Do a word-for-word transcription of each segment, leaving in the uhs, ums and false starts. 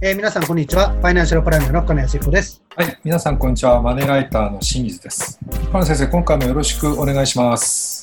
えー、皆さんこんにちは。ファイナンシャルプランナーの金谷誠子です。 はい、皆さんこんにちは。マネーライターの清水です。金谷先生、今回もよろしくお願いします。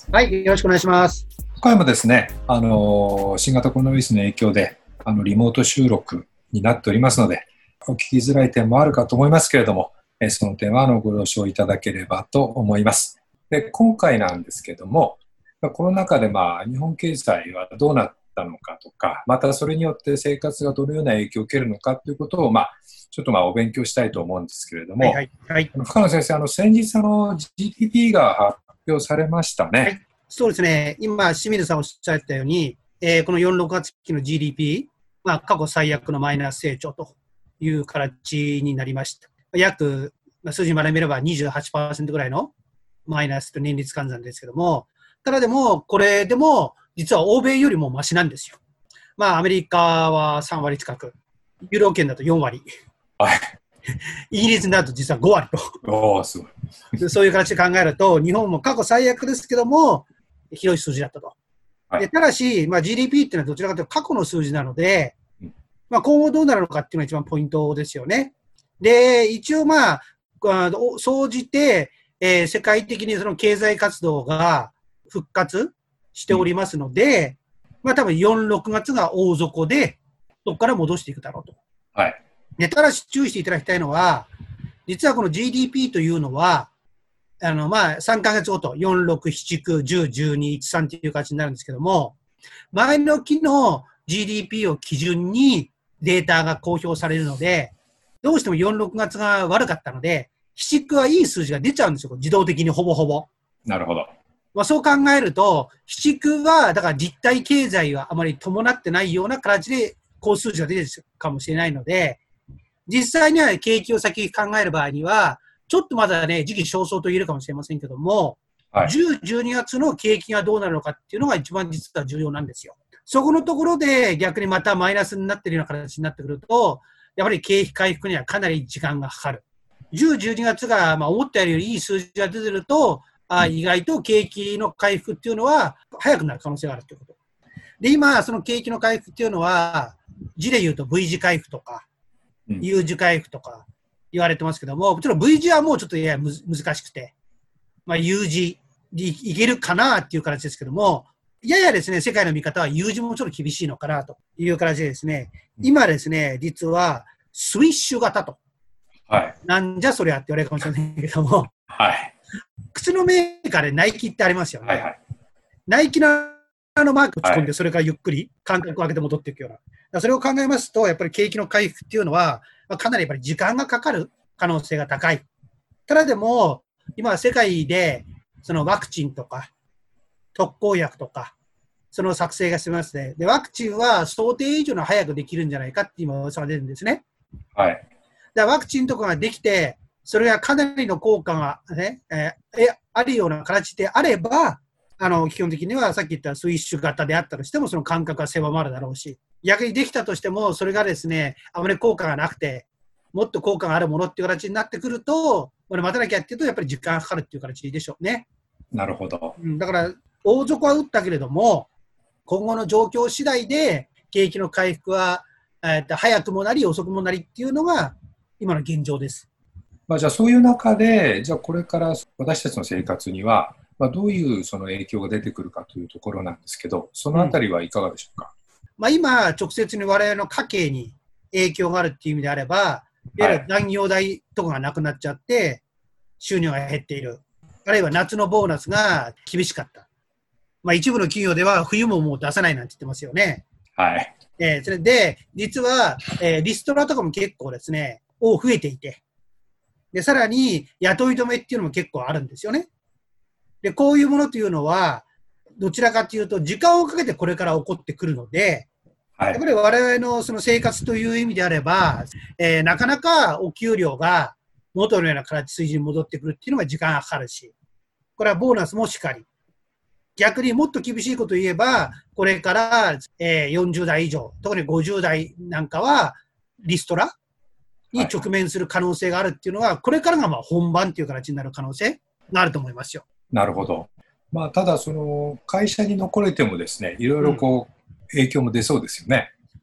はい、よろしくお願いします。 今回もですね、あの新型コロナウイルスの影響であのリモート収録になっておりますので、お聞きづらい点もあるかと思いますけれども、えその点はあのご了承いただければと思います。で、今回なんですけれども、コロナ禍でまあ日本経済はどうなったのかとか、またそれによって生活がどのような影響を受けるのかということを、まあ、ちょっとまあお勉強したいと思うんですけれども、はいはいはい、深野先生、あの先日あの ジーディーピー が発表されましたね。はい、 そうですね、今、清水さんおっしゃったように、えー、このよん、ろくがつ期の ジーディーピー、まあ、過去最悪のマイナス成長という形になりました。約、まあ、数字まで見れば にじゅうはちパーセント ぐらいのマイナスと年率換算ですけども、ただでも、これでも、実は欧米よりもマシなんですよ。まあ、アメリカはさんわり近く、ユーロ圏だとよんわり。はい、イギリスだと実はごわりと。 おー、すごい。そういう形で考えると、日本も過去最悪ですけども、広い数字だったと。はい、でただし、まあ、ジーディーピー っていうのはどちらかというと過去の数字なので、まあ、今後どうなるのかっていうのが一番ポイントですよね。で、一応まあ、総じて、えー、世界的にその経済活動が復活しておりますので、うん、まあ多分よん、ろくがつが大底で、そこから戻していくだろうと。 はい。 で、ただし注意していただきたいのは、実はこの ジーディーピー というのは、あの、まあ、さんかげつごと、よん、ろく、しち、く、じゅう、じゅうに、いち、さんという形になるんですけども、前の期の ジーディーピー を基準にデータが公表されるので、どうしてもよん、ろくがつが悪かったので、しち、くはいい数字が出ちゃうんですよ。自動的にほぼほぼ。 なるほど。 まあ、そう考えると、しち、くは、だから実体経済はあまり伴ってないような形で高数字が出てるかもしれないので、実際には景気を先考える場合には、ちょっとまだね、時期尚早と言えるかもしれませんけども、はい、じゅう、じゅうにがつの景気がどうなるのかっていうのが一番実は重要なんですよ。そこのところで逆にまたマイナスになっているような形になってくると、やっぱり景気回復にはかなり時間がかかる。じゅう、じゅうにがつがまあ思ったよりいい数字が出てると、あ意外と景気の回復っていうのは早くなる可能性があるということ。で、今、その景気の回復っていうのは、字で言うと V 字回復とか、U 字回復とか言われてますけども、もちろん V 字はもうちょっとややむ難しくて、まあ U 字にいけるかなっていう形ですけども、ややですね、世界の見方は U 字もちょっと厳しいのかなという形でですね、今ですね、実はスイッシュ型と。はい。なんじゃそりゃって言われるかもしれないけども、はい。靴のメーカーでナイキってありますよね。はいはい、ナイキのあのマークを打ち込んで、それからゆっくり間隔を空けて戻っていくような。それを考えますと、やっぱり景気の回復っていうのは、まあ、かなりやっぱり時間がかかる可能性が高い。ただでも、今は世界でそのワクチンとか特効薬とか、その作成が進みますね。で、ワクチンは想定以上の早くできるんじゃないかって今噂が出るんですね。はい。だからワクチンとかができて、それがかなりの効果がね、えー、あるような形であれば、あの、基本的にはさっき言ったスイッシュ型であったとしても、その間隔は狭まるだろうし、逆にできたとしても、それがですね、あまり効果がなくて、もっと効果があるものっていう形になってくると、これ待たなきゃっていうと、やっぱり時間がかかるっていう形でしょうね。 なるほど。 うん、だから、大底は打ったけれども、今後の状況次第で、景気の回復は、えー、早くもなり、遅くもなりっていうのが、今の現状です。 まあ、じゃあ、そういう中で、じゃあ、これから私たちの生活には、まあ、どういうその影響が出てくるかというところなんですけど、そのあたりはいかがでしょうか。 うん、まあ、今、直接に我々の家計に影響があるっていう意味であれば、いわゆる残業代とかがなくなっちゃって、収入が減っている。あるいは夏のボーナスが厳しかった。まあ、一部の企業では冬ももう出さないなんて言ってますよね。 はい。 えー、それで、実は、えー、リストラとかも結構ですね、多増えていて、で、さらに雇い止めっていうのも結構あるんですよね。で、こういうものというのは、どちらかというと、時間をかけてこれから起こってくるので、はい、やっぱり我々のその生活という意味であれば、えー、なかなかお給料が元のような形、水準に戻ってくるっていうのが時間がかかるし、これはボーナスもしかり。逆にもっと厳しいことを言えば、これから、えー、よんじゅうだい以上、特にごじゅうだいなんかは、リストラに直面する可能性があるっていうのは、はい、これからがまあ本番っていう形になる可能性があると思いますよ。 なるほど。まあ、ただ、その会社に残れてもですね、いろいろこう、うん、影響も出そうですよね。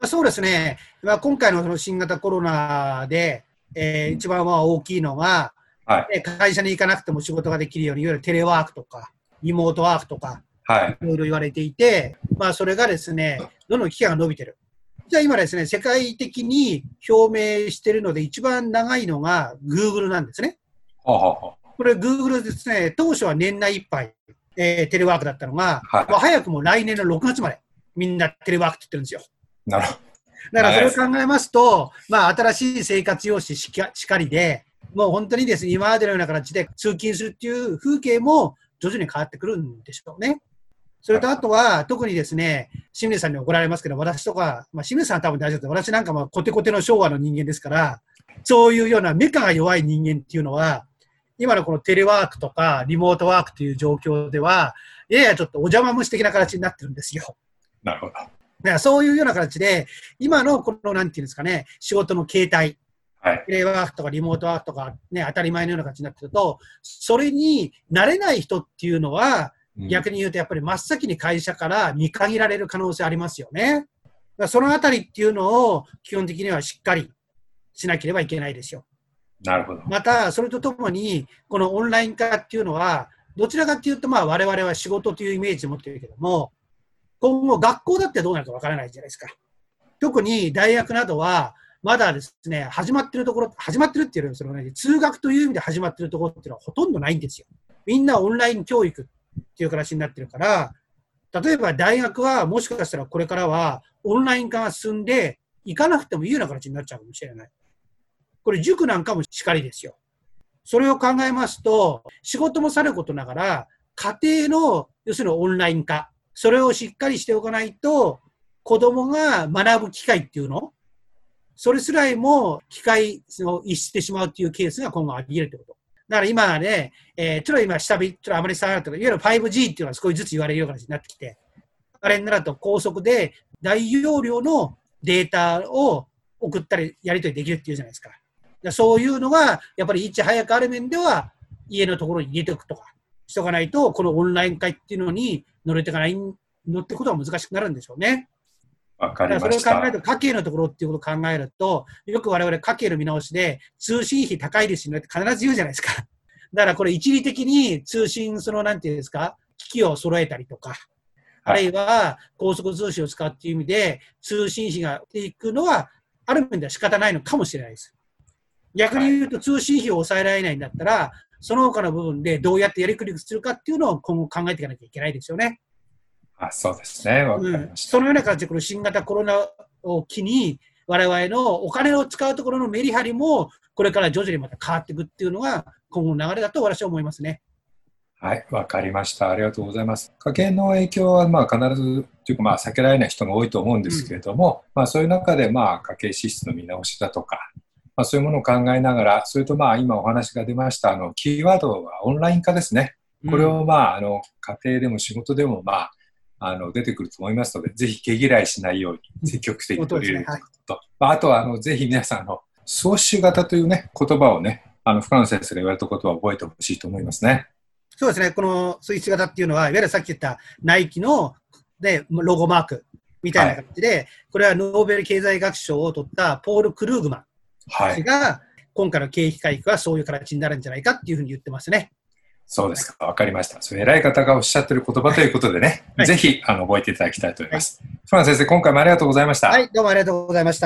そうですね、まあ、今回のその新型コロナで、えー、一番まあ大きいのが、はい、会社に行かなくても仕事ができるように、いわゆるテレワークとか、リモートワークとか、はい、いろいろ言われていて、まあ、それがですね、どんどん期間が伸びてる。じゃあ今ですね、世界的に表明しているので、一番長いのが Google なんですね。はあはあ、これ Google ですね、当初は年内いっぱい、えー、テレワークだったのが、はい、もう早くも来年のろくがつまでみんなテレワークって言ってるんですよ。 なるほど。 だからそれを考えますと、まあ新しい生活様式しかしかりで、もう本当にですね、今までのような形で通勤するっていう風景も徐々に変わってくるんでしょうね。それとあとは、特にですね、清水さんに怒られますけど、私とか、まあ、清水さんは多分大丈夫です。私なんかもコテコテの昭和の人間ですから、そういうようなメカが弱い人間っていうのは、今のこのテレワークとかリモートワークという状況では、ややちょっとお邪魔虫的な形になってるんですよ。 なるほど。 だからそういうような形で、今のこの、なんていうんですかね、仕事の形態、はい、テレワークとかリモートワークとかね、当たり前のような形になってると、それに慣れない人っていうのは、逆に言うとやっぱり真っ先に会社から見限られる可能性ありますよね。だからそのあたりっていうのを基本的にはしっかりしなければいけないですよ。 なるほど。 また、それとともに、このオンライン化っていうのは、どちらかっていうと、まあ我々は仕事というイメージを持ってるけども、今後学校だってどうなるかわからないじゃないですか。特に大学などは、まだですね、始まってるところ、始まってるっていうよりその、ね、通学という意味で始まってるところっていうのはほとんどないんですよ。みんなオンライン教育っていう形になってるから、例えば大学はもしかしたらこれからはオンライン化が進んで行かなくてもいいような形になっちゃうかもしれない。これ塾なんかもしかりですよ。それを考えますと、仕事もさることながら、家庭の要するにオンライン化、それをしっかりしておかないと、子供が学ぶ機会っていうの、それすらいも機会を逸してしまうっていうケースが今後あり得るってこと。だから今ね、えー、ちょっと今下火、ちょっとあまり下がるとか、いわゆる ファイブジー っていうのは少しずつ言われるような形になってきて、あれになると高速で大容量のデータを送ったりやり取りできるっていうじゃないですか。そういうのが、やっぱりいち早くある面では、家のところに入れておくとか、しとかないと、このオンライン化っていうのに乗れていかない、乗っていくことは難しくなるんでしょうね。 わかりました。 それを考えると、家計のところっていうことを考えると、よく我々家計の見直しで、通信費高いですよねって必ず言うじゃないですか。だからこれ一時的に通信、そのなんていうんですか、機器を揃えたりとか、あるいは高速通信を使うっていう意味で、通信費が出ていくのは、ある面では仕方ないのかもしれないです。逆に言うと通信費を抑えられないんだったら、その他の部分でどうやってやりくりするかっていうのを今後考えていかなきゃいけないですよね。 あ、そうですね。わかりました。 うん、そのような形でこの新型コロナを機に、我々のお金を使うところのメリハリも、これから徐々にまた変わっていくっていうのが、今後の流れだと私は思いますね。 はい、わかりました。ありがとうございます。家計の影響はまあ必ずというかまあ避けられない人が多いと思うんですけれども、うん、まあそういう中でまあ家計支出の見直しだとか、まあ、そういうものを考えながら、それとまあ今お話が出ましたあのキーワードはオンライン化ですね。これをまああの家庭でも仕事でもまああの出てくると思いますので、ぜひ毛嫌いしないように積極的に取り入れるということと、まあ、あとはあのぜひ皆さんあの創出型というね言葉をね、あの深野先生が言われたことは覚えてほしいと思いますね。 そうですね。この創出型っていうのは、いわゆるさっき言ったナイキの、ね、ロゴマークみたいな感じで、はい、これはノーベル経済学賞を取ったポール・クルーグマン氏が、はい、今回の景気回復はそういう形になるんじゃないかっていうふうに言ってますね。 そうですか。わかりました。そういう偉い方がおっしゃってる言葉ということでね、はい、ぜひあの覚えていただきたいと思います。深野先生、今回もありがとうございました。 はい、どうもありがとうございました。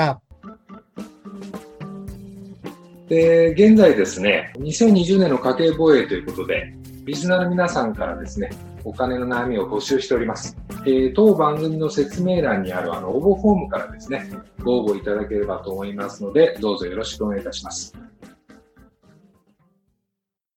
で、現在ですね、にせんにじゅうねんの家計防衛ということで、リスナーの皆さんからですね、お金の悩みを募集しております。えー、当番組の説明欄にあるあの応募フォームからですね、ご応募いただければと思いますので、どうぞよろしくお願いいたします。